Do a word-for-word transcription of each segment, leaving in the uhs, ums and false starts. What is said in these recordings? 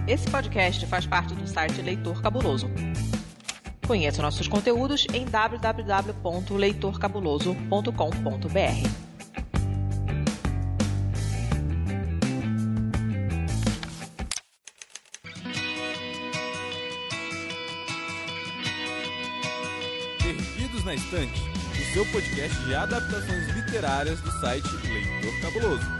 Esse podcast faz parte do site Leitor Cabuloso. Conheça nossos conteúdos em w w w ponto leitor cabuloso ponto com ponto b r. Perdidos na Estante, o seu podcast de adaptações literárias do site Leitor Cabuloso.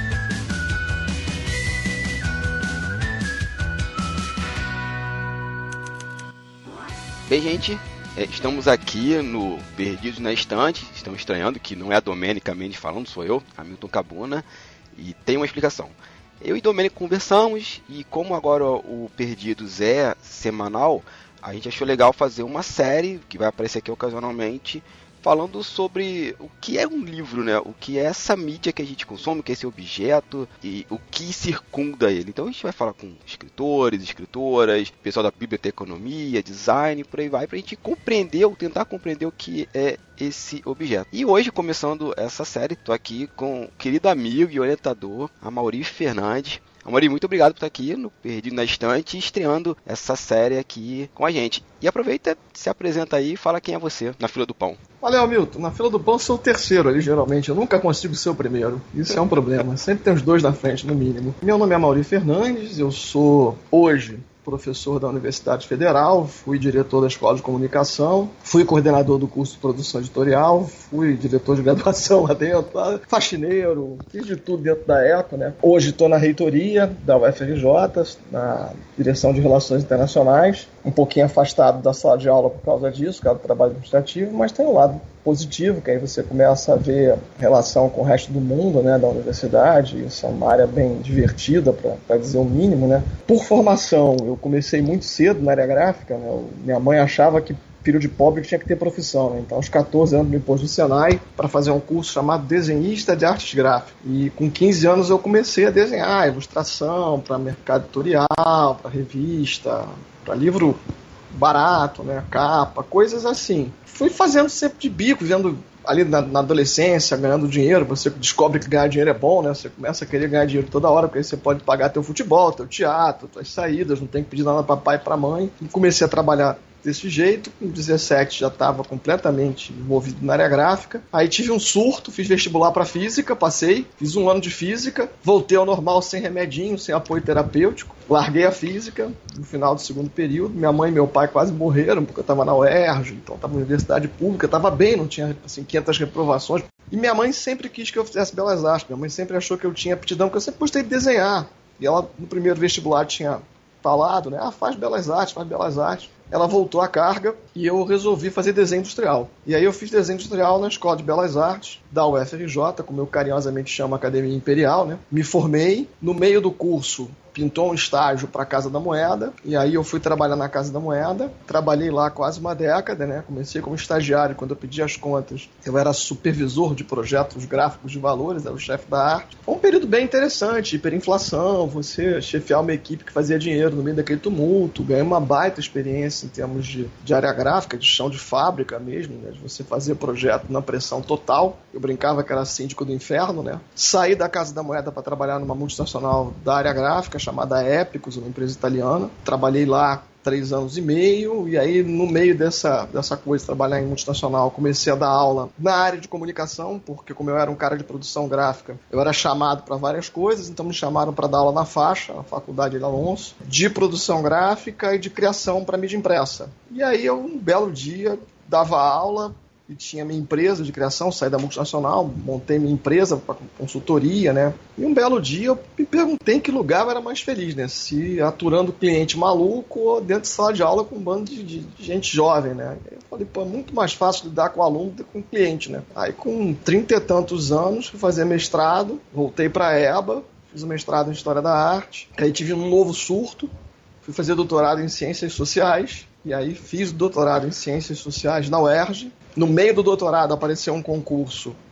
Bem, gente, estamos aqui no Perdidos na Estante. Estamos estranhando que não é a Domênica Mendes falando, sou eu, Hamilton Cabuna, e tem uma explicação. Eu e Domênica conversamos e como agora o Perdidos é semanal, a gente achou legal fazer uma série que vai aparecer aqui ocasionalmente, falando sobre o que é um livro, né? O que é essa mídia que a gente consome, o que é esse objeto e o que circunda ele. Então a gente vai falar com escritores, escritoras, pessoal da biblioteconomia, design, por aí vai, pra gente compreender ou tentar compreender o que é esse objeto. E hoje, começando essa série, tô aqui com o querido amigo e orientador, Amaury Fernandes. Amaury, muito obrigado por estar aqui no Perdido na Estante, estreando essa série aqui com a gente. E aproveita, se apresenta aí e fala quem é você na fila do pão. Valeu, Hamilton. Na fila do pão eu sou o terceiro ali, geralmente. Eu nunca consigo ser o primeiro. Isso é um problema. Sempre tem os dois na frente, no mínimo. Meu nome é Amaury Fernandes. Eu sou, hoje, professor da Universidade Federal, fui diretor da Escola de Comunicação, fui coordenador do curso de produção editorial, fui diretor de graduação lá dentro, faxineiro, fiz de tudo dentro da ECO, né? Hoje estou na reitoria da U F R J, na direção de Relações Internacionais, um pouquinho afastado da sala de aula por causa disso, por causa do trabalho administrativo, mas tem um lado positivo, que aí você começa a ver relação com o resto do mundo, né, da universidade. Isso é uma área bem divertida, para dizer o mínimo, né. Por formação, eu comecei muito cedo na área gráfica, né. Eu, minha mãe achava que filho de pobre tinha que ter profissão, né? Então aos catorze anos me pôs no Senai para fazer um curso chamado Desenhista de Artes Gráficas. E com quinze anos eu comecei a desenhar ilustração para mercado editorial, para revista, para livro barato, né, capa, coisas assim. Fui fazendo sempre de bico, vendo ali na, na adolescência, ganhando dinheiro. Você descobre que ganhar dinheiro é bom, né? Você começa a querer ganhar dinheiro toda hora, porque aí você pode pagar teu futebol, teu teatro, tuas saídas, não tem que pedir nada para pai e para mãe. E comecei a trabalhar desse jeito. Com dezessete já estava completamente envolvido na área gráfica. Aí tive um surto, fiz vestibular para física, passei, fiz um ano de física, voltei ao normal sem remedinho, sem apoio terapêutico, larguei a física no final do segundo período. Minha mãe e meu pai quase morreram porque eu estava na U E R J, então estava na universidade pública, estava bem, não tinha assim quinhentas reprovações. E minha mãe sempre quis que eu fizesse belas artes, minha mãe sempre achou que eu tinha aptidão, porque eu sempre gostei de desenhar. E ela no primeiro vestibular tinha falado, né, ah, faz belas artes, faz belas artes. Ela voltou à carga e eu resolvi fazer desenho industrial. E aí eu fiz desenho industrial na Escola de Belas Artes da U F R J, como eu carinhosamente chamo a Academia Imperial, né? Me formei. No meio do curso, pintou um estágio para a Casa da Moeda, e aí eu fui trabalhar na Casa da Moeda. Trabalhei lá quase uma década, né? Comecei como estagiário, quando eu pedi as contas, eu era supervisor de projetos gráficos de valores, era o chefe da arte. Foi um período bem interessante, hiperinflação, você chefiar uma equipe que fazia dinheiro no meio daquele tumulto, ganhei uma baita experiência em termos de, de área gráfica, de chão de fábrica mesmo, né? De você fazer projeto na pressão total. Eu brincava que era síndico do inferno, né? Saí da Casa da Moeda para trabalhar numa multinacional da área gráfica, chamada Épicos, uma empresa italiana. Trabalhei lá três anos e meio, e aí no meio dessa, dessa coisa, trabalhar em multinacional, comecei a dar aula na área de comunicação, porque como eu era um cara de produção gráfica, eu era chamado para várias coisas, então me chamaram para dar aula na Faixa, na Faculdade de Alonso, de produção gráfica e de criação para mídia impressa. E aí eu, um belo dia, dava aula e tinha minha empresa de criação, saí da multinacional, montei minha empresa para consultoria, né? E um belo dia eu me perguntei em que lugar eu era mais feliz, né? Se aturando cliente maluco ou dentro de sala de aula com um bando de, de, de gente jovem, né? Eu falei, pô, é muito mais fácil lidar com o aluno do que com o cliente, né? Aí com trinta e tantos anos, fui fazer mestrado, voltei para a EBA, fiz o mestrado em História da Arte, aí tive um novo surto, fui fazer doutorado em Ciências Sociais, e aí fiz doutorado em Ciências Sociais na U E R J. No meio do doutorado apareceu um concurso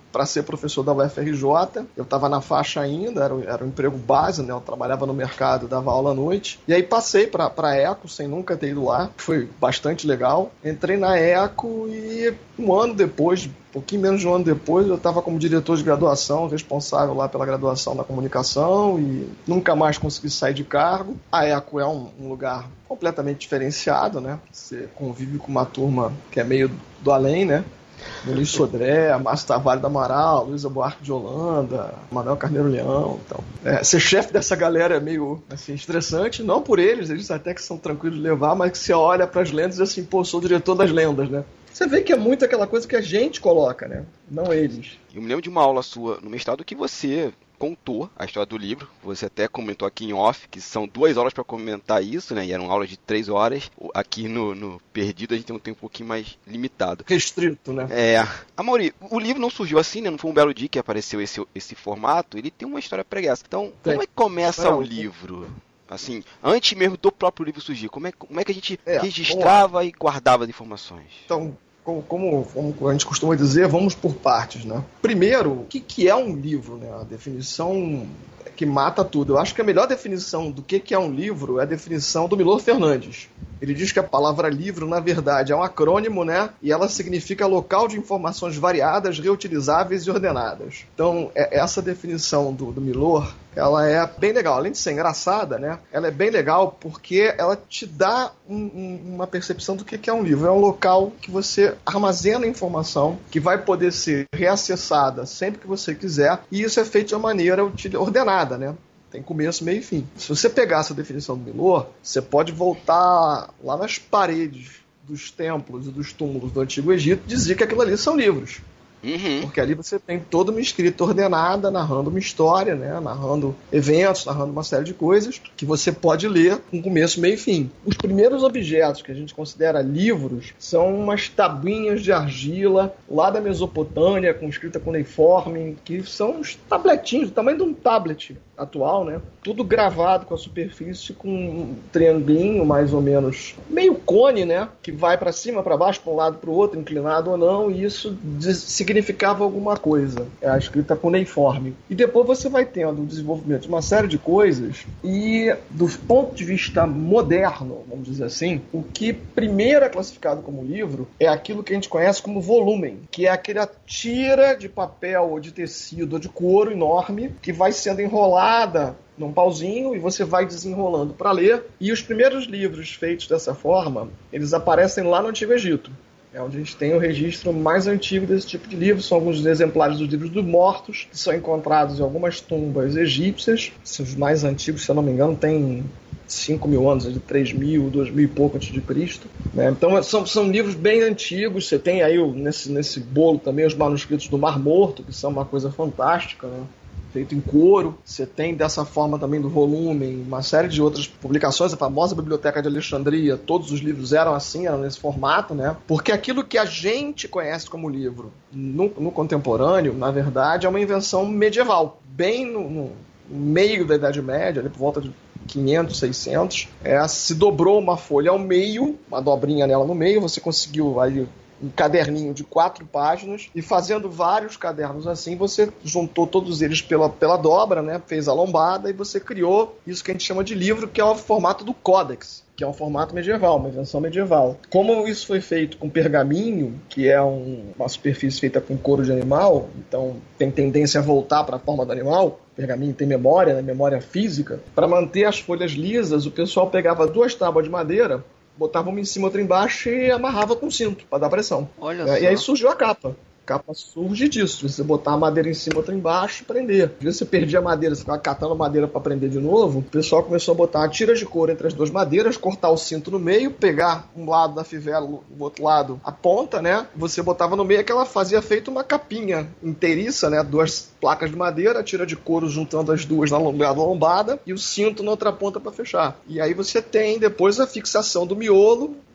para ser professor da U F R J. Eu estava na faixa ainda, era, era um emprego base, né? Eu trabalhava no mercado, dava aula à noite. E aí passei para a ECO, sem nunca ter ido lá. Foi bastante legal. Entrei na ECO e um ano depois, um pouquinho menos de um ano depois, eu estava como diretor de graduação, responsável lá pela graduação da comunicação e nunca mais consegui sair de cargo. A ECO é um, um lugar completamente diferenciado, né? Você convive com uma turma que é meio do além, né? Luiz Sodré, Márcio Tavares do Amaral, Luísa Buarque de Holanda, Manuel Carneiro Leão. Então, é, ser chefe dessa galera é meio assim, estressante, não por eles, eles até que são tranquilos de levar, mas que você olha para as lendas e assim, pô, sou o diretor das lendas, né? Você vê que é muito aquela coisa que a gente coloca, né? Não eles. Eu me lembro de uma aula sua no mestrado que você contou a história do livro, você até comentou aqui em off, que são duas horas para comentar isso, né, e eram aulas de três horas, aqui no, no Perdido a gente tem um tempo um pouquinho mais limitado. Restrito, né? É, Amaury, o livro não surgiu assim, né, não foi um belo dia que apareceu esse, esse formato, ele tem uma história pregressa. Então, tem. Como é que começa é, o livro? Assim, antes mesmo do próprio livro surgir, como é, como é que a gente é, registrava e guardava as informações? Então, Como, como, como a gente costuma dizer, vamos por partes, né? Primeiro, o que, que é um livro, né? A definição que mata tudo. Eu acho que a melhor definição do que, que é um livro é a definição do Milor Fernandes. Ele diz que a palavra livro, na verdade, é um acrônimo, né? E ela significa local de informações variadas, reutilizáveis e ordenadas. Então, é, essa definição do, do Milor, ela é bem legal. Além de ser engraçada, né? Ela é bem legal porque ela te dá um, um, uma percepção do que, que é um livro. É um local que você armazena informação, que vai poder ser reacessada sempre que você quiser, e isso é feito de uma maneira ordenada, né? Tem começo, meio e fim. Se você pegar essa definição do Milor, você pode voltar lá nas paredes dos templos e dos túmulos do Antigo Egito e dizer que aquilo ali são livros. Uhum. Porque ali você tem toda uma escrita ordenada, narrando uma história, né? Narrando eventos, narrando uma série de coisas que você pode ler com começo, meio e fim. Os primeiros objetos que a gente considera livros são umas tabuinhas de argila lá da Mesopotâmia, com escrita cuneiforme, que são uns tabletinhos, do tamanho de um tablet atual, né? Tudo gravado com a superfície, com um triangulinho mais ou menos, meio cone, né? Que vai para cima, para baixo, para um lado, para o outro, inclinado ou não, e isso significava alguma coisa. É a escrita cuneiforme. E depois você vai tendo o desenvolvimento de uma série de coisas e, do ponto de vista moderno, vamos dizer assim, o que primeiro é classificado como livro é aquilo que a gente conhece como volumen, que é aquela tira de papel ou de tecido ou de couro enorme que vai sendo enrolada num pauzinho e você vai desenrolando para ler. E os primeiros livros feitos dessa forma, eles aparecem lá no Antigo Egito. É onde a gente tem o registro mais antigo desse tipo de livro. São alguns exemplares dos livros dos mortos, que são encontrados em algumas tumbas egípcias. Os mais antigos, se eu não me engano, têm cinco mil anos, de três mil, dois mil e pouco antes de Cristo. Né? Então são, são livros bem antigos. Você tem aí nesse, nesse bolo também os manuscritos do Mar Morto, que são uma coisa fantástica, né? Feito em couro. Você tem dessa forma também do volume, uma série de outras publicações, a famosa Biblioteca de Alexandria, todos os livros eram assim, eram nesse formato, né? Porque aquilo que a gente conhece como livro no, no contemporâneo, na verdade, é uma invenção medieval, bem no, no meio da Idade Média, ali por volta de quinhentos, seiscentos, é, se dobrou uma folha ao meio, uma dobrinha nela no meio, você conseguiu aí um caderninho de quatro páginas, e fazendo vários cadernos assim, você juntou todos eles pela, pela dobra, né? Fez a lombada e você criou isso que a gente chama de livro, que é o formato do Códex, que é um formato medieval, uma invenção medieval. Como isso foi feito com pergaminho, que é um, uma superfície feita com couro de animal, então tem tendência a voltar para a forma do animal, o pergaminho tem memória, né? Memória física, para manter as folhas lisas, o pessoal pegava duas tábuas de madeira, botava uma em cima, outra embaixo e amarrava com cinto para dar pressão. Olha é, só. E aí surgiu a capa. A capa surge disso. Você botar a madeira em cima, outra embaixo e prender. Às vezes você perdia a madeira, você ficava catando a madeira para prender de novo. O pessoal começou a botar uma tira de couro entre as duas madeiras, cortar o cinto no meio, pegar um lado da fivela, o outro lado a ponta, né? Você botava no meio que ela fazia feito uma capinha inteiriça, né? Duas placas de madeira, a tira de couro juntando as duas na lombada e o cinto na outra ponta para fechar. E aí você tem depois a fixação do miolo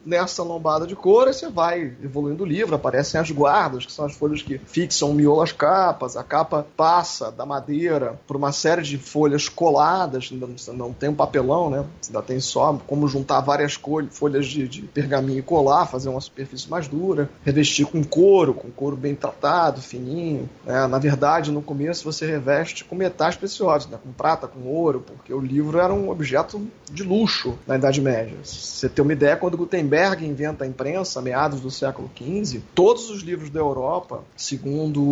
nessa lombada de cor, aí você vai evoluindo o livro, aparecem as guardas, que são as folhas que fixam o miolo às capas, a capa passa da madeira por uma série de folhas coladas, não tem um papelão, né? Você ainda tem só como juntar várias folhas de, de pergaminho e colar, fazer uma superfície mais dura, revestir com couro, com couro bem tratado, fininho. Né? Na verdade, no começo você reveste com metais preciosos, né? Com prata, com ouro, porque o livro era um objeto de luxo na Idade Média. Você tem uma ideia, quando Gutenberg inventa a imprensa, meados do século quinze, todos os livros da Europa, segundo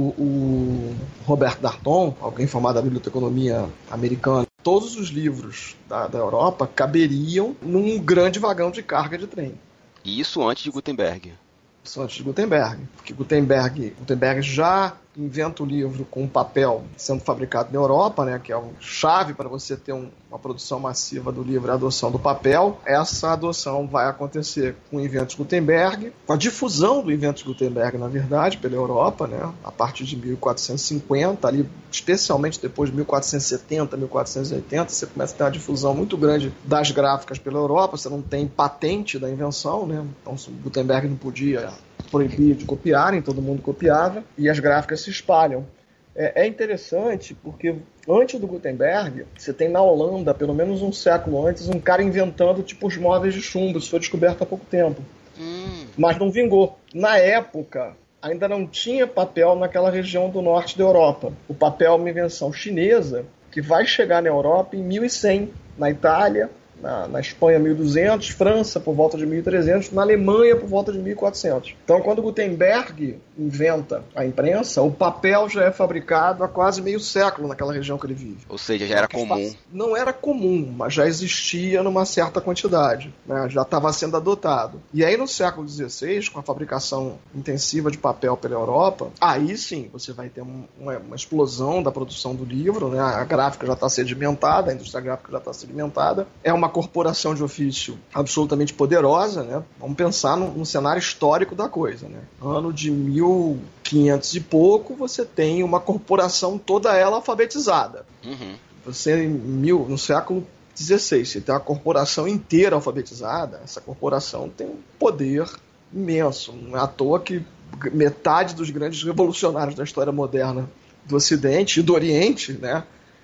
o Robert Darnton, alguém formado da biblioteconomia americana, todos os livros da, da Europa caberiam num grande vagão de carga de trem. E isso antes de Gutenberg? Isso antes de Gutenberg, porque Gutenberg, Gutenberg já inventa o livro com papel sendo fabricado na Europa, né, que é a chave para você ter um, uma produção massiva do livro, a adoção do papel. Essa adoção vai acontecer com o invento de Gutenberg, com a difusão do invento de Gutenberg, na verdade, pela Europa, né, a partir de mil quatrocentos e cinquenta, ali, especialmente depois de mil quatrocentos e setenta, mil quatrocentos e oitenta, você começa a ter uma difusão muito grande das gráficas pela Europa, você não tem patente da invenção, né, então Gutenberg não podia proibir de copiarem, todo mundo copiava, e as gráficas se espalham. É, é interessante porque antes do Gutenberg, você tem na Holanda, pelo menos um século antes, um cara inventando tipo os móveis de chumbo. Isso foi descoberto há pouco tempo. Hum. Mas não vingou. Na época, ainda não tinha papel naquela região do norte da Europa. O papel é uma invenção chinesa que vai chegar na Europa em mil e cem, na Itália, Na, na Espanha mil e duzentos, França por volta de mil e trezentos, na Alemanha por volta de mil e quatrocentos. Então, quando Gutenberg inventa a imprensa, o papel já é fabricado há quase meio século naquela região que ele vive. Ou seja, já era comum. Não era comum, mas já existia numa certa quantidade, né? Já estava sendo adotado. E aí, no século dezesseis, com a fabricação intensiva de papel pela Europa, aí sim você vai ter um, uma, uma explosão da produção do livro, né? A gráfica já está sedimentada, a indústria gráfica já está sedimentada. É uma corporação de ofício absolutamente poderosa, né? Vamos pensar no, no cenário histórico da coisa, né? Ano de mil e quinhentos e pouco, você tem uma corporação toda ela alfabetizada. Uhum. Você, em mil, no século dezesseis, você tem uma corporação inteira alfabetizada. Essa corporação tem um poder imenso. Não é à toa que metade dos grandes revolucionários da história moderna do Ocidente e do Oriente, né,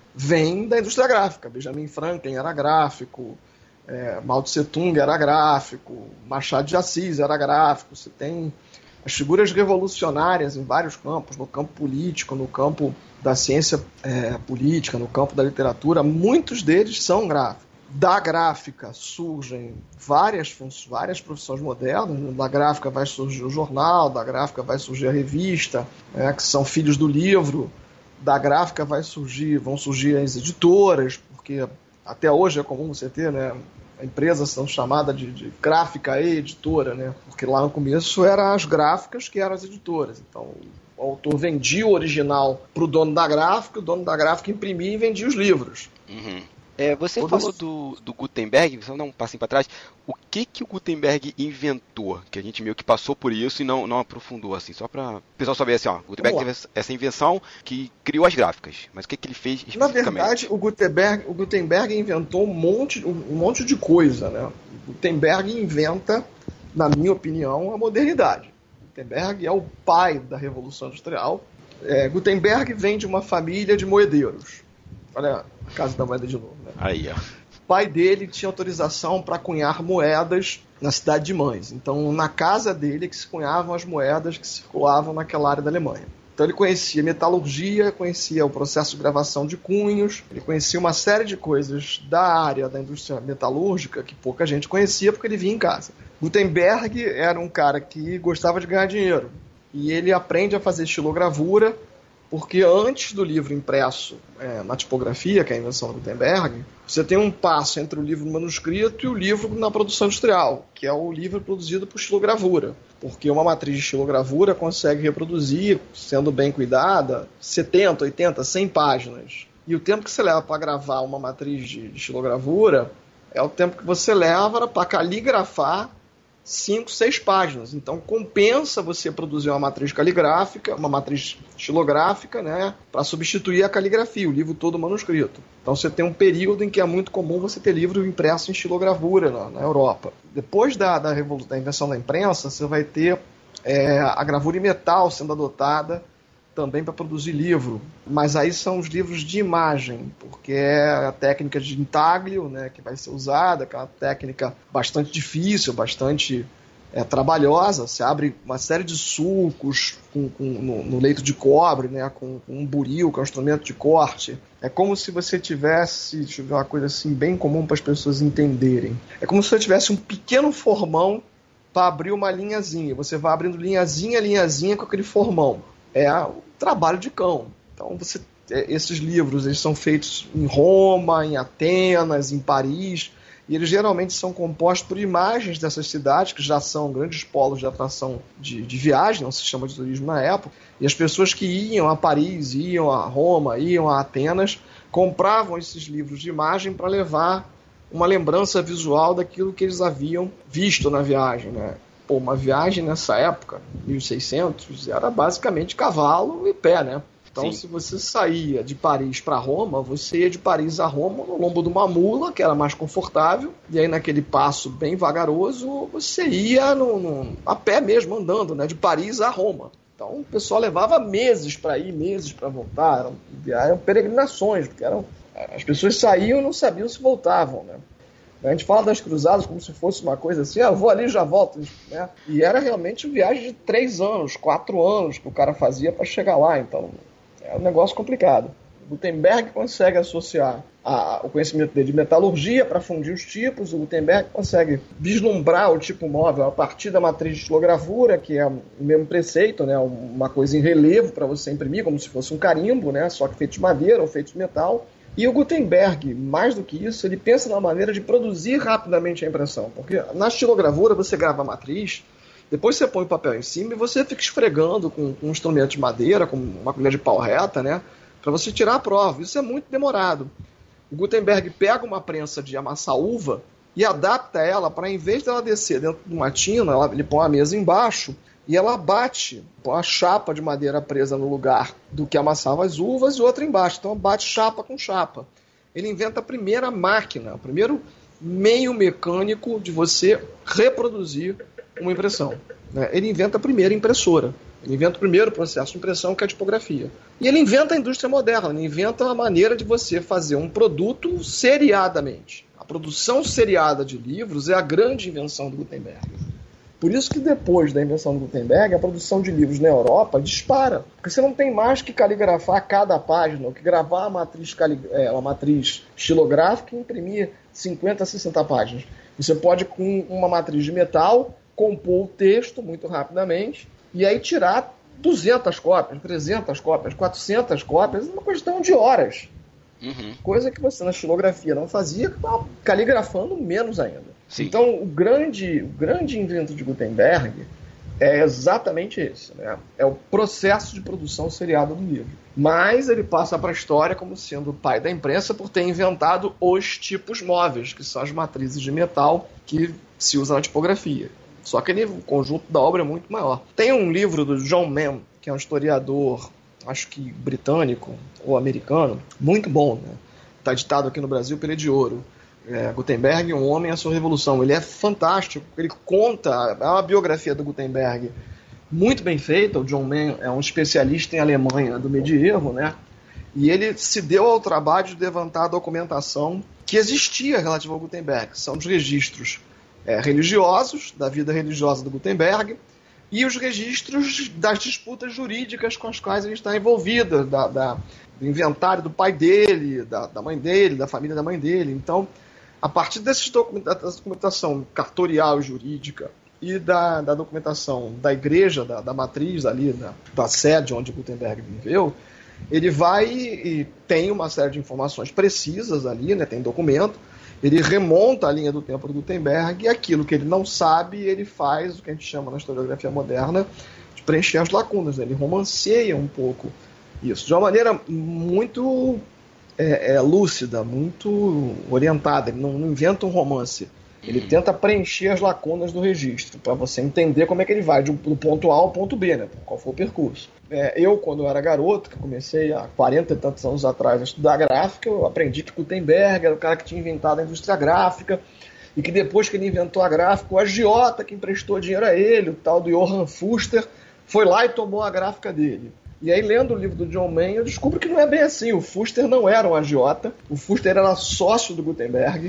vem da indústria gráfica. Benjamin Franklin era gráfico, é, Mao Tse Tung era gráfico, Machado de Assis era gráfico. Você tem as figuras revolucionárias em vários campos, no campo político, no campo da ciência é, política, no campo da literatura, muitos deles são gráficos. Da gráfica surgem várias, várias profissões modernas. Da gráfica vai surgir o jornal, da gráfica vai surgir a revista, é, que são filhos do livro. Da gráfica vai surgir, vão surgir as editoras, porque até hoje é comum você ter, né, a empresa sendo chamada de, de gráfica e editora, né, porque lá no começo eram as gráficas que eram as editoras. Então o autor vendia o original para o dono da gráfica, o dono da gráfica imprimia e vendia os livros. Uhum. É, você Todas... falou do, do Gutenberg, só dar um passinho para trás. O que que o Gutenberg inventou? Que a gente meio que passou por isso e não, não aprofundou, assim, só para o pessoal saber assim, ó, o Gutenberg teve essa invenção que criou as gráficas, mas o que que ele fez especificamente? Na verdade, o Gutenberg, o Gutenberg inventou um monte, um monte de coisa, né? O Gutenberg inventa, na minha opinião, a modernidade. Gutenberg é o pai da Revolução Industrial. É, Gutenberg vem de uma família de moedeiros. Olha a Casa da Moeda de novo, né? Aí, ó. O pai dele tinha autorização para cunhar moedas na cidade de Mainz. Então, na casa dele que se cunhavam as moedas que circulavam naquela área da Alemanha. Então, ele conhecia metalurgia, conhecia o processo de gravação de cunhos, ele conhecia uma série de coisas da área da indústria metalúrgica que pouca gente conhecia porque ele vinha em casa. Gutenberg era um cara que gostava de ganhar dinheiro. E ele aprende a fazer estilogravura, porque antes do livro impresso é, na tipografia, que é a invenção do Gutenberg, você tem um passo entre o livro manuscrito e o livro na produção industrial, que é o livro produzido por estilogravura. Porque uma matriz de estilogravura consegue reproduzir, sendo bem cuidada, setenta, oitenta, cem páginas. E o tempo que você leva para gravar uma matriz de estilogravura é o tempo que você leva para caligrafar cinco, seis páginas. Então compensa você produzir uma matriz caligráfica, uma matriz estilográfica, né, para substituir a caligrafia, o livro todo manuscrito. Então você tem um período em que é muito comum você ter livro impresso em estilogravura na, na Europa. Depois da, da, da invenção da imprensa, você vai ter é, a gravura em metal sendo adotada também para produzir livro, mas aí são os livros de imagem, porque é a técnica de intaglio, né, que vai ser usada, aquela técnica bastante difícil, bastante é, trabalhosa. Você abre uma série de sulcos com, com, no, no leito de cobre, né, com, com um buril, que é um instrumento de corte. É como se você tivesse, deixa eu ver uma coisa assim bem comum para as pessoas entenderem, é como se você tivesse um pequeno formão para abrir uma linhazinha. Você vai abrindo linhazinha, linhazinha com aquele formão. É o trabalho de cão. Então, você, esses livros eles são feitos em Roma, em Atenas, em Paris, e eles geralmente são compostos por imagens dessas cidades, que já são grandes polos de atração de, de viagem, não se chama de turismo na época, e as pessoas que iam a Paris, iam a Roma, iam a Atenas, compravam esses livros de imagem para levar uma lembrança visual daquilo que eles haviam visto na viagem, né? Pô, uma viagem nessa época, mil e seiscentos, era basicamente cavalo e pé, né? Então, Sim. se você saía de Paris para Roma, você ia de Paris a Roma no lombo de uma mula, que era mais confortável, e aí naquele passo bem vagaroso, você ia no, no, a pé mesmo, andando, né? De Paris a Roma. Então, o pessoal levava meses para ir, meses para voltar, eram, eram peregrinações, porque eram, as pessoas saíam e não sabiam se voltavam, né? A gente fala das cruzadas como se fosse uma coisa assim, ah, eu vou ali e já volto, né? E era realmente viagem de três anos, quatro anos que o cara fazia para chegar lá, então é um negócio complicado. Gutenberg consegue associar a, o conhecimento dele de metalurgia para fundir os tipos, o Gutenberg consegue vislumbrar o tipo móvel a partir da matriz de estilogravura, que é o mesmo preceito, né? Uma coisa em relevo para você imprimir, como se fosse um carimbo, né? Só que feito de madeira ou feito de metal. E o Gutenberg, mais do que isso, ele pensa na maneira de produzir rapidamente a impressão. Porque na estilogravura você grava a matriz, depois você põe o papel em cima e você fica esfregando com, com um instrumento de madeira, com uma colher de pau reta, né, para você tirar a prova. Isso é muito demorado. O Gutenberg pega uma prensa de amassar uva e adapta ela para, em vez dela descer dentro de uma tina, ela, ele põe a mesa embaixo e ela bate, põe a chapa de madeira presa no lugar do que amassava as uvas e outra embaixo. Então bate chapa com chapa. Ele inventa a primeira máquina, o primeiro meio mecânico de você reproduzir uma impressão. Ele inventa a primeira impressora. Ele inventa o primeiro processo de impressão, que é a tipografia. E ele inventa a indústria moderna. Ele inventa a maneira de você fazer um produto seriadamente. A produção seriada de livros é a grande invenção do Gutenberg. Por isso que depois da invenção do Gutenberg, a produção de livros na Europa dispara. Porque você não tem mais que caligrafar cada página, ou que gravar uma matriz, calig... é, uma matriz estilográfica e imprimir cinquenta, sessenta páginas. Você pode, com uma matriz de metal, compor o texto muito rapidamente e aí tirar duzentas cópias, trezentas cópias, quatrocentas cópias, uma questão de horas. Uhum. Coisa que você na estilografia não fazia, caligrafando menos ainda. Sim. Então, o grande, o grande invento de Gutenberg é exatamente esse, né? É o processo de produção seriada do livro. Mas ele passa para a história como sendo o pai da imprensa por ter inventado os tipos móveis, que são as matrizes de metal que se usam na tipografia. Só que ele, o conjunto da obra é muito maior. Tem um livro do John Mann, que é um historiador, acho que britânico ou americano, muito bom, né? Está editado aqui no Brasil pela Ediouro. É, Gutenberg, um homem e a sua revolução. Ele é fantástico, ele conta, é uma biografia do Gutenberg muito bem feita. O John Mann é um especialista em Alemanha do medievo, né? E ele se deu ao trabalho de levantar a documentação que existia relativa ao Gutenberg. São os registros é, religiosos, da vida religiosa do Gutenberg, e os registros das disputas jurídicas com as quais ele está envolvido, da, da, do inventário do pai dele, da, da mãe dele, da família da mãe dele. Então, a partir dessa documentação cartorial e jurídica e da, da documentação da igreja, da, da matriz ali, da, da sede onde Gutenberg viveu, ele vai e tem uma série de informações precisas ali, né, tem documento, ele remonta a linha do tempo do Gutenberg e aquilo que ele não sabe, ele faz o que a gente chama na historiografia moderna de preencher as lacunas, né? Ele romanceia um pouco isso, de uma maneira muito é, é, lúcida, muito orientada. Ele não, não inventa um romance, Ele uhum. tenta preencher as lacunas do registro, para você entender como é que ele vai do ponto A ao ponto B, né? Qual foi o percurso. É, eu, quando eu era garoto, que comecei há quarenta e tantos anos atrás a estudar gráfica, eu aprendi que Gutenberg era o cara que tinha inventado a indústria gráfica, e que depois que ele inventou a gráfica, o agiota que emprestou dinheiro a ele, o tal do Johann Fuster, foi lá e tomou a gráfica dele. E aí, lendo o livro do John Mann, eu descubro que não é bem assim. O Fuster não era um agiota, o Fuster era sócio do Gutenberg,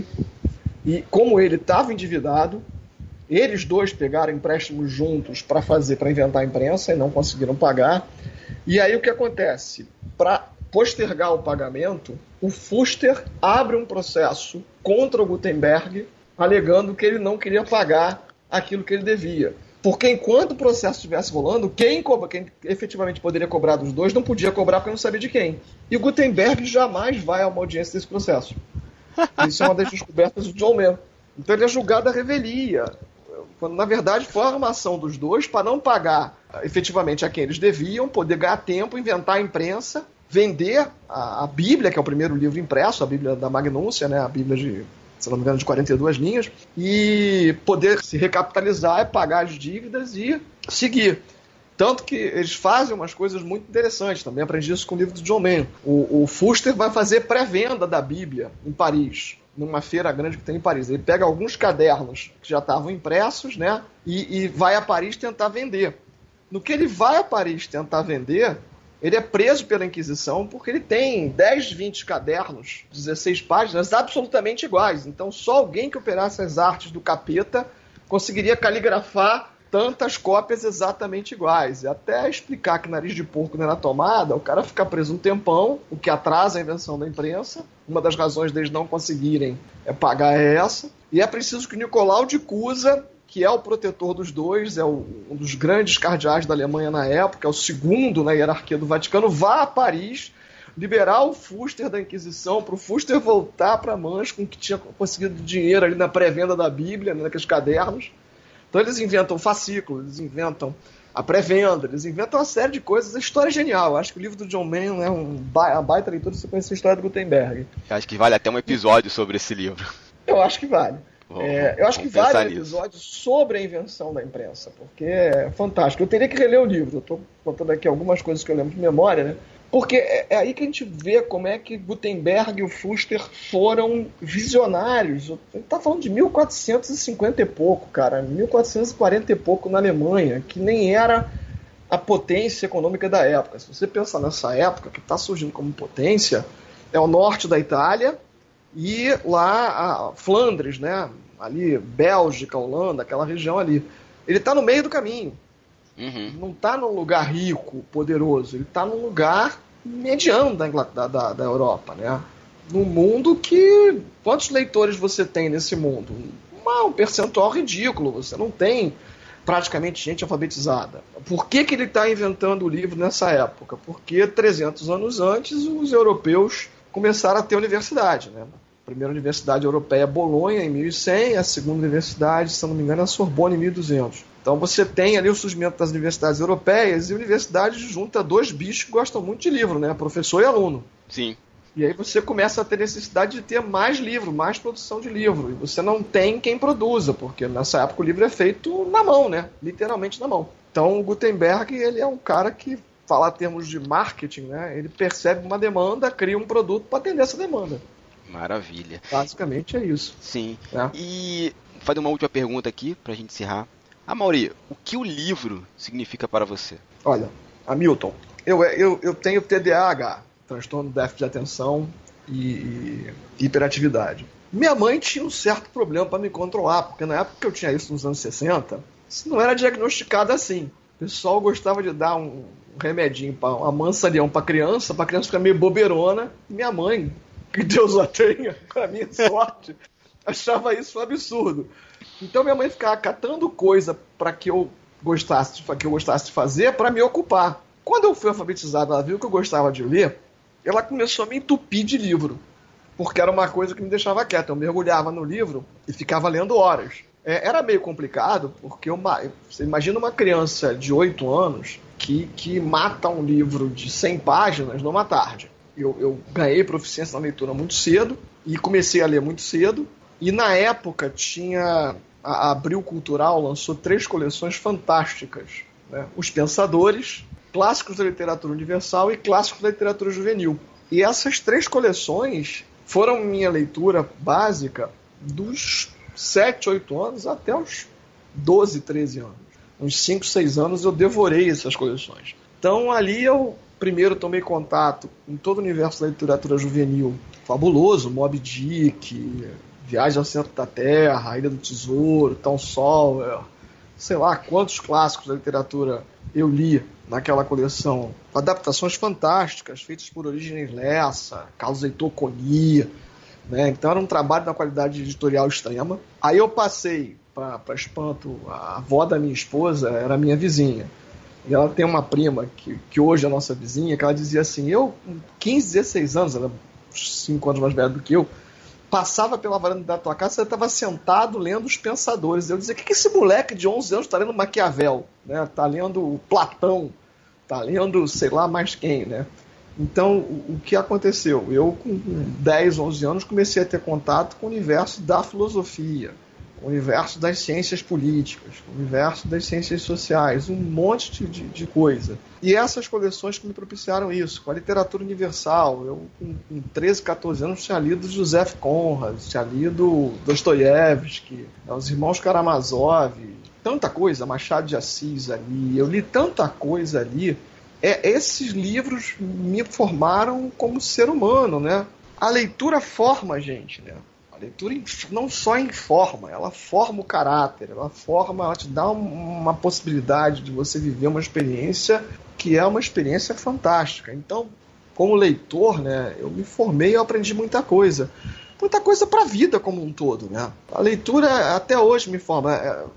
e como ele estava endividado, eles dois pegaram empréstimos juntos para fazer, para inventar a imprensa, e não conseguiram pagar. E aí o que acontece? Para postergar o pagamento, o Fuster abre um processo contra o Gutenberg, alegando que ele não queria pagar aquilo que ele devia. Porque enquanto o processo estivesse rolando, quem, cobra, quem efetivamente poderia cobrar dos dois não podia cobrar porque não sabia de quem. E o Gutenberg jamais vai a uma audiência desse processo. Isso é uma das descobertas do John Mann. Então ele é julgado à revelia, quando na verdade foi a armação dos dois para não pagar efetivamente a quem eles deviam, poder ganhar tempo, inventar a imprensa, vender a, a Bíblia, que é o primeiro livro impresso, a Bíblia da Magnúncia, né, a Bíblia de, se não me engano, de quarenta e duas linhas, e poder se recapitalizar, pagar as dívidas e seguir. Tanto que eles fazem umas coisas muito interessantes. Também aprendi isso com o livro do John Mann. O, o Fuster vai fazer pré-venda da Bíblia em Paris, numa feira grande que tem em Paris. Ele pega alguns cadernos que já estavam impressos, né, e, e vai a Paris tentar vender. No que ele vai a Paris tentar vender, ele é preso pela Inquisição porque ele tem dez, vinte cadernos, dezesseis páginas, absolutamente iguais. Então só alguém que operasse as artes do capeta conseguiria caligrafar tantas cópias exatamente iguais. E até explicar que nariz de porco não era tomada, o cara fica preso um tempão, o que atrasa a invenção da imprensa. Uma das razões deles não conseguirem é pagar é essa. E é preciso que o Nicolau de Cusa, que é o protetor dos dois, é o, um dos grandes cardeais da Alemanha na época, é o segundo na hierarquia do Vaticano, vá a Paris liberar o Fuster da Inquisição, para o Fuster voltar para Manches com que tinha conseguido dinheiro ali na pré-venda da Bíblia, né, naqueles cadernos. Então eles inventam fascículos, eles inventam a pré-venda, eles inventam uma série de coisas. A história é genial. Eu acho que o livro do John Mann é um ba- uma baita leitura se você conhecer a história do Gutenberg. Eu acho que vale até um episódio sobre esse livro. Eu acho que vale. Vou, é, eu acho que vale um episódio sobre a invenção da imprensa, porque é fantástico. Eu teria que reler o livro. Eu estou contando aqui algumas coisas que eu lembro de memória, né? Porque é, é aí que a gente vê como é que Gutenberg e o Fuster foram visionários. Ele está falando de mil quatrocentos e cinquenta e pouco, cara. mil quatrocentos e quarenta e pouco na Alemanha, que nem era a potência econômica da época. Se você pensar nessa época, que está surgindo como potência, é o norte da Itália e lá a Flandres, né? Ali, Bélgica, Holanda, aquela região ali. Ele está no meio do caminho. Uhum. Não está num lugar rico, poderoso. Ele está num lugar mediano da, da, da, da Europa, né? Num mundo que... Quantos leitores você tem nesse mundo? Uma, um percentual ridículo. Você não tem praticamente gente alfabetizada. Por que que ele está inventando o livro nessa época? Porque trezentos anos antes os europeus começaram a ter universidade, né? A primeira universidade europeia é Bolonha, em mil e cem. A segunda universidade, se não me engano, é a Sorbonne, em mil e duzentos. Então você tem ali o surgimento das universidades europeias, e a universidade junta dois bichos que gostam muito de livro, né? Professor e aluno. Sim. E aí você começa a ter necessidade de ter mais livro, mais produção de livro. E você não tem quem produza, porque nessa época o livro é feito na mão, né? Literalmente na mão. Então o Gutenberg, ele é um cara que, falar em termos de marketing, né? Ele percebe uma demanda, cria um produto para atender essa demanda. Maravilha. Basicamente é isso. Sim. É. E vou fazer uma última pergunta aqui pra gente encerrar. Amaury, o que o livro significa para você? Olha, Hamilton, eu, eu, eu tenho T D A H, transtorno de déficit de atenção e, e hiperatividade. Minha mãe tinha um certo problema para me controlar, porque na época que eu tinha isso nos anos sessenta, isso não era diagnosticado assim. O pessoal gostava de dar um remedinho, pra, uma mansa-leão para criança, para a criança ficar meio bobeirona, e minha mãe, que Deus a tenha, com a minha sorte, achava isso um absurdo. Então minha mãe ficava catando coisa para que eu gostasse, que eu gostasse de fazer para me ocupar. Quando eu fui alfabetizado, ela viu que eu gostava de ler, ela começou a me entupir de livro, porque era uma coisa que me deixava quieto. Eu mergulhava no livro e ficava lendo horas. É, era meio complicado, porque uma, você imagina uma criança de oito anos que, que mata um livro de cem páginas numa tarde. Eu, eu ganhei proficiência na leitura muito cedo e comecei a ler muito cedo. E na época tinha... A Abril Cultural lançou três coleções fantásticas, né? Os Pensadores, Clássicos da Literatura Universal e Clássicos da Literatura Juvenil. E essas três coleções foram minha leitura básica dos sete, oito anos até os doze, treze anos. Uns cinco, seis anos eu devorei essas coleções. Então ali eu primeiro tomei contato com todo o universo da literatura juvenil fabuloso, Moby Dick, Viagem ao Centro da Terra, A Ilha do Tesouro, Tom Sawyer, sei lá quantos clássicos da literatura eu li naquela coleção. Adaptações fantásticas, feitas por Origens Lessa, Carlos Heitor Coni, né? Então era um trabalho de uma qualidade editorial extrema. Aí eu passei, para espanto, a avó da minha esposa era minha vizinha. E ela tem uma prima, que, que hoje é nossa vizinha, que ela dizia assim, eu com quinze, dezesseis anos, ela é cinco anos mais velha do que eu, passava pela varanda da tua casa, você estava sentado lendo Os Pensadores. Eu dizia, o que, que esse moleque de onze anos está lendo Maquiavel? Né? Está lendo Platão? Está lendo sei lá mais quem? Né? Então, o, o que aconteceu? Eu, com dez, onze anos, comecei a ter contato com o universo da filosofia, com o universo das ciências políticas, com o universo das ciências sociais, um monte de, de, de coisa. E essas coleções que me propiciaram isso, com a literatura universal. Eu, com, com treze, catorze anos, tinha lido Joseph Conrad, tinha lido Dostoiévski, os Irmãos Karamazov, tanta coisa, Machado de Assis ali, eu li tanta coisa ali. É, esses livros me formaram como ser humano, né? A leitura forma a gente, né? A leitura não só informa, ela forma o caráter, ela forma, ela te dá uma possibilidade de você viver uma experiência que é uma experiência fantástica. Então, como leitor, né, eu me formei e eu aprendi muita coisa. Muita coisa para a vida como um todo, né? A leitura até hoje me forma.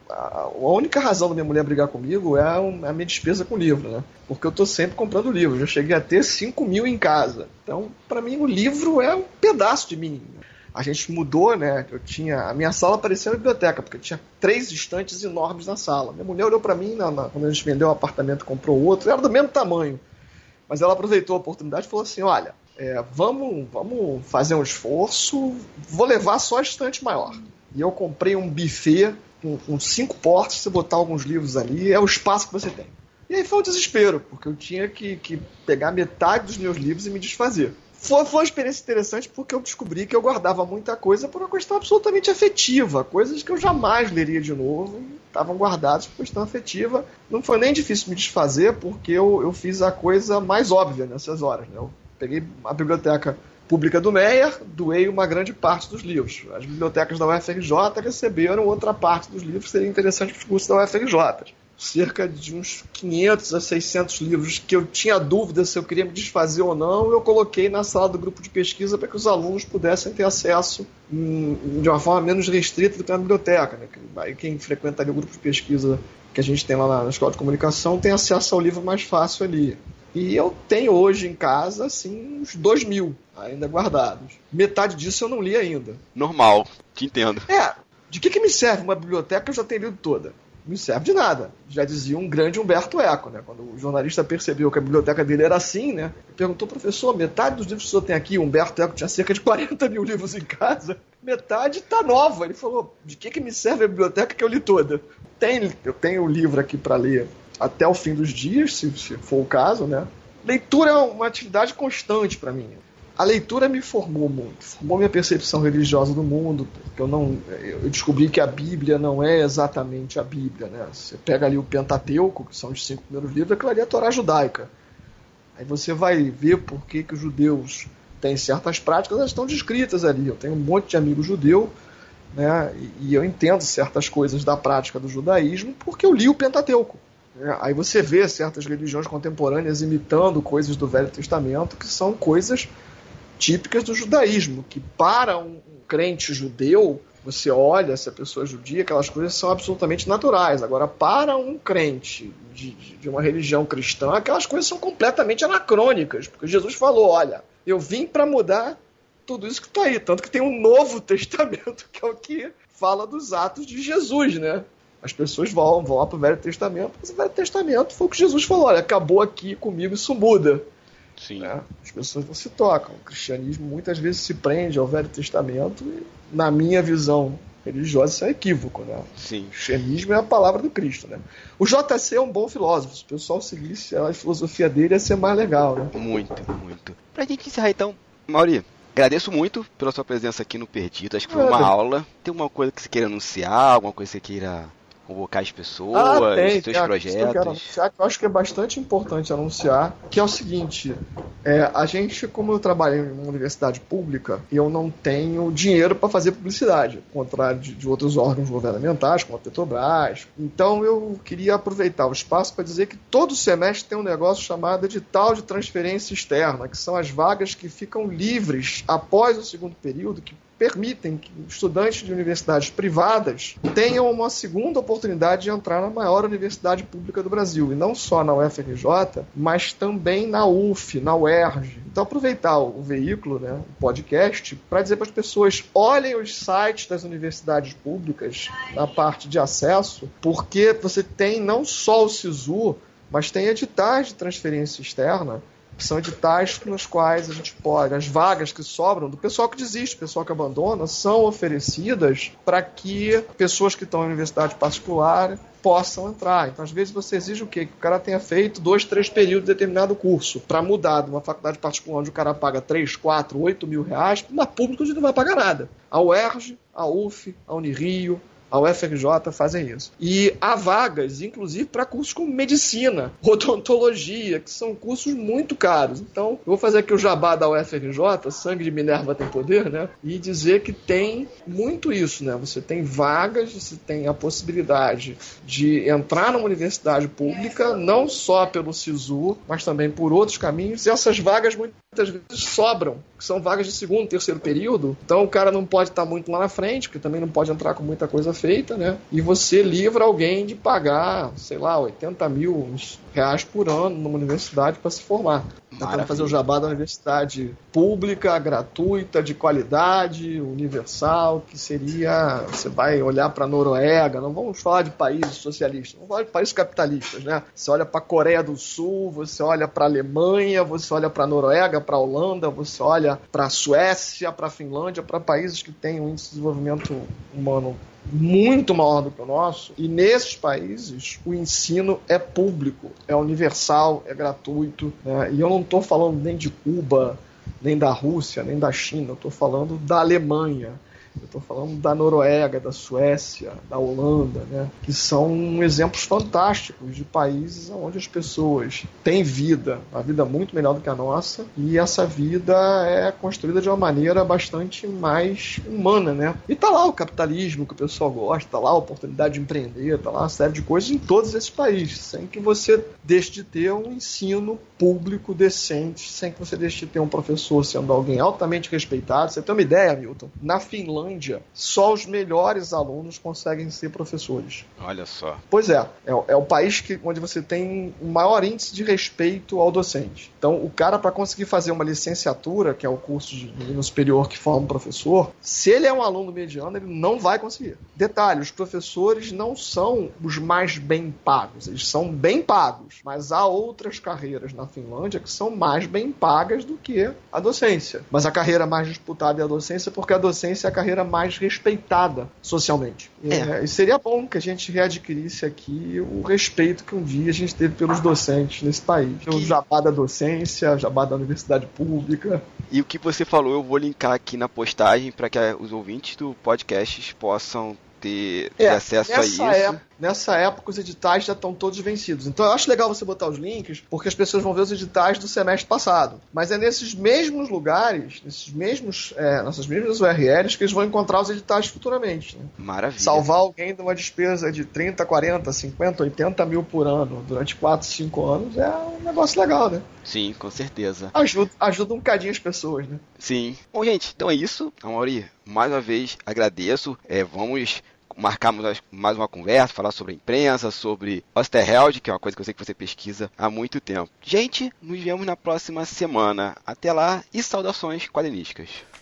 A única razão da minha mulher brigar comigo é a minha despesa com livro, né? Porque eu estou sempre comprando livro. Eu já cheguei a ter cinco mil em casa. Então, para mim, o livro é um pedaço de mim. A gente mudou, né? Eu tinha, a minha sala parecia uma biblioteca, porque tinha três estantes enormes na sala. Minha mulher olhou para mim, na, na, quando a gente vendeu o apartamento, comprou outro, era do mesmo tamanho. Mas ela aproveitou a oportunidade e falou assim, olha, é, vamos, vamos fazer um esforço, vou levar só a estante maior. E eu comprei um buffet com, com cinco portas, você botar alguns livros ali, é o espaço que você tem. E aí foi um desespero, porque eu tinha que, que pegar metade dos meus livros e me desfazer. Foi, foi uma experiência interessante porque eu descobri que eu guardava muita coisa por uma questão absolutamente afetiva. Coisas que eu jamais leria de novo, estavam guardadas por questão afetiva. Não foi nem difícil me desfazer porque eu, eu fiz a coisa mais óbvia nessas horas, né? Eu peguei a biblioteca pública do Meyer, doei uma grande parte dos livros. As bibliotecas da U F R J receberam outra parte dos livros que seria interessante para os cursos da U F R J. Cerca de uns quinhentos a seiscentos livros que eu tinha dúvida se eu queria me desfazer ou não, eu coloquei na sala do grupo de pesquisa para que os alunos pudessem ter acesso em, de uma forma menos restrita do que na biblioteca, né? Aí quem frequenta ali o grupo de pesquisa que a gente tem lá na, na Escola de Comunicação tem acesso ao livro mais fácil ali. E eu tenho hoje em casa, assim, uns dois mil ainda guardados. Metade disso eu não li ainda. Normal, te entendo. É, de que, que me serve uma biblioteca que eu já tenho lido toda? Não serve de nada. Já dizia um grande Humberto Eco, né? Quando o jornalista percebeu que a biblioteca dele era assim, né? Ele perguntou, professor, metade dos livros que o senhor tem aqui, o Humberto Eco tinha cerca de quarenta mil livros em casa, metade está nova. Ele falou, de que, que me serve a biblioteca que eu li toda? Tem, eu tenho o livro aqui para ler até o fim dos dias, se, se for o caso, né? Leitura é uma atividade constante para mim. A leitura me formou muito, formou minha percepção religiosa do mundo, porque eu, não, eu descobri que a Bíblia não é exatamente a Bíblia, né? Você pega ali o Pentateuco, que são os cinco primeiros livros, aquilo ali é a Torá judaica. Aí você vai ver por que, que os judeus têm certas práticas, elas estão descritas ali. Eu tenho um monte de amigo judeu, né? E, e eu entendo certas coisas da prática do judaísmo porque eu li o Pentateuco. Né? Aí você vê certas religiões contemporâneas imitando coisas do Velho Testamento, que são coisas típicas do judaísmo, que para um crente judeu, você olha, se a pessoa é judia, aquelas coisas são absolutamente naturais. Agora, para um crente de, de uma religião cristã, aquelas coisas são completamente anacrônicas, porque Jesus falou, olha, eu vim para mudar tudo isso que está aí, tanto que tem um Novo Testamento, que é o que fala dos atos de Jesus, né? As pessoas vão, vão lá para o Velho Testamento, mas o Velho Testamento foi o que Jesus falou, olha, acabou aqui comigo, isso muda. Sim. Né? As pessoas não se tocam. O cristianismo muitas vezes se prende ao Velho Testamento e, na minha visão religiosa, isso é equívoco. Né? Sim. O cristianismo é a palavra do Cristo. Né? O J C é um bom filósofo. Se o pessoal seguisse a filosofia dele, ia ser mais legal. Né? Muito, muito. Pra gente encerrar então, Mauri, agradeço muito pela sua presença aqui no Perdido. Acho que foi uma é, aula. Tem uma coisa que você queira anunciar? Alguma coisa que você queira convocar as pessoas, ah, tem, os seus tem projetos? Que eu, quero anunciar, que eu acho que é bastante importante anunciar, que é o seguinte, é, a gente, como eu trabalho em uma universidade pública, eu não tenho dinheiro para fazer publicidade, ao contrário de, de outros órgãos governamentais, como a Petrobras. Então eu queria aproveitar o espaço para dizer que todo semestre tem um negócio chamado edital de transferência externa, que são as vagas que ficam livres após o segundo período, que permitem que estudantes de universidades privadas tenham uma segunda oportunidade de entrar na maior universidade pública do Brasil. E não só na U F R J, mas também na U F, na U E R J. Então, aproveitar o veículo, né, o podcast, para dizer para as pessoas, olhem os sites das universidades públicas na parte de acesso, porque você tem não só o SISU, mas tem editais de transferência externa, que são editais nos quais a gente pode, as vagas que sobram do pessoal que desiste, pessoal que abandona, são oferecidas para que pessoas que estão em universidade particular possam entrar. Então, às vezes, você exige o quê? Que o cara tenha feito dois, três períodos de determinado curso. Para mudar de uma faculdade particular onde o cara paga três, quatro, oito mil reais, para uma pública onde não vai pagar nada. A U E R J, a U F, a Unirio, a U F R J fazem isso. E há vagas, inclusive, para cursos como medicina, odontologia, que são cursos muito caros. Então, eu vou fazer aqui o jabá da U F R J, sangue de Minerva tem poder, né? E dizer que tem muito isso, né? Você tem vagas, você tem a possibilidade de entrar numa universidade pública, não só pelo SISU, mas também por outros caminhos. E essas vagas muitas vezes sobram, que são vagas de segundo, terceiro período. Então, o cara não pode estar muito lá na frente, porque também não pode entrar com muita coisa feita, né? E você livra alguém de pagar, sei lá, oitenta mil reais por ano numa universidade para se formar. Tentando fazer o jabá da universidade pública, gratuita, de qualidade, universal, que seria, você vai olhar para a Noruega, não vamos falar de países socialistas, vamos falar de países capitalistas, né? Você olha para a Coreia do Sul, você olha para a Alemanha, você olha para a Noruega, para a Holanda, você olha para a Suécia, para a Finlândia, para países que têm um índice de desenvolvimento humano muito maior do que o nosso, e nesses países o ensino é público, é universal, é gratuito, né? E eu não estou falando nem de Cuba, nem da Rússia, nem da China, eu estou falando da Alemanha, eu estou falando da Noruega, da Suécia, da Holanda, né? Que são exemplos fantásticos de países onde as pessoas têm vida, uma vida muito melhor do que a nossa, e essa vida é construída de uma maneira bastante mais humana, né? E tá lá o capitalismo que o pessoal gosta, tá lá a oportunidade de empreender, tá lá uma série de coisas em todos esses países, sem que você deixe de ter um ensino público decente, sem que você deixe de ter um professor sendo alguém altamente respeitado. Você tem uma ideia, Milton? Na Finlândia, só os melhores alunos conseguem ser professores. Olha só. Pois é, é, é o país que, onde você tem o maior índice de respeito ao docente. Então, o cara, para conseguir fazer uma licenciatura, que é o curso de nível superior que forma um professor, se ele é um aluno mediano, ele não vai conseguir. Detalhe, os professores não são os mais bem pagos, eles são bem pagos, mas há outras carreiras na Finlândia que são mais bem pagas do que a docência. Mas a carreira mais disputada é a docência, porque a docência é a carreira mais respeitada socialmente. É. E seria bom que a gente readquirisse aqui o respeito que um dia a gente teve pelos docentes nesse país. Que... O jabá da docência, o jabá da universidade pública. E o que você falou eu vou linkar aqui na postagem para que os ouvintes do podcast possam ter, ter é, acesso a isso. Época, nessa época os editais já estão todos vencidos. Então eu acho legal você botar os links, porque as pessoas vão ver os editais do semestre passado. Mas é nesses mesmos lugares, nesses mesmos, é, nessas mesmas U R Ls que eles vão encontrar os editais futuramente. Né? Maravilha. Salvar alguém de uma despesa de trinta, quarenta, cinquenta, oitenta mil por ano durante quatro, cinco anos é um negócio legal, né? Sim, com certeza. Ajuda, ajuda um bocadinho as pessoas, né? Sim. Bom, gente, então é isso. Mauri, mais uma vez agradeço. É, vamos marcarmos mais uma conversa, falar sobre a imprensa, sobre Osterheld, que é uma coisa que eu sei que você pesquisa há muito tempo. Gente, nos vemos na próxima semana. Até lá e saudações quadrinísticas.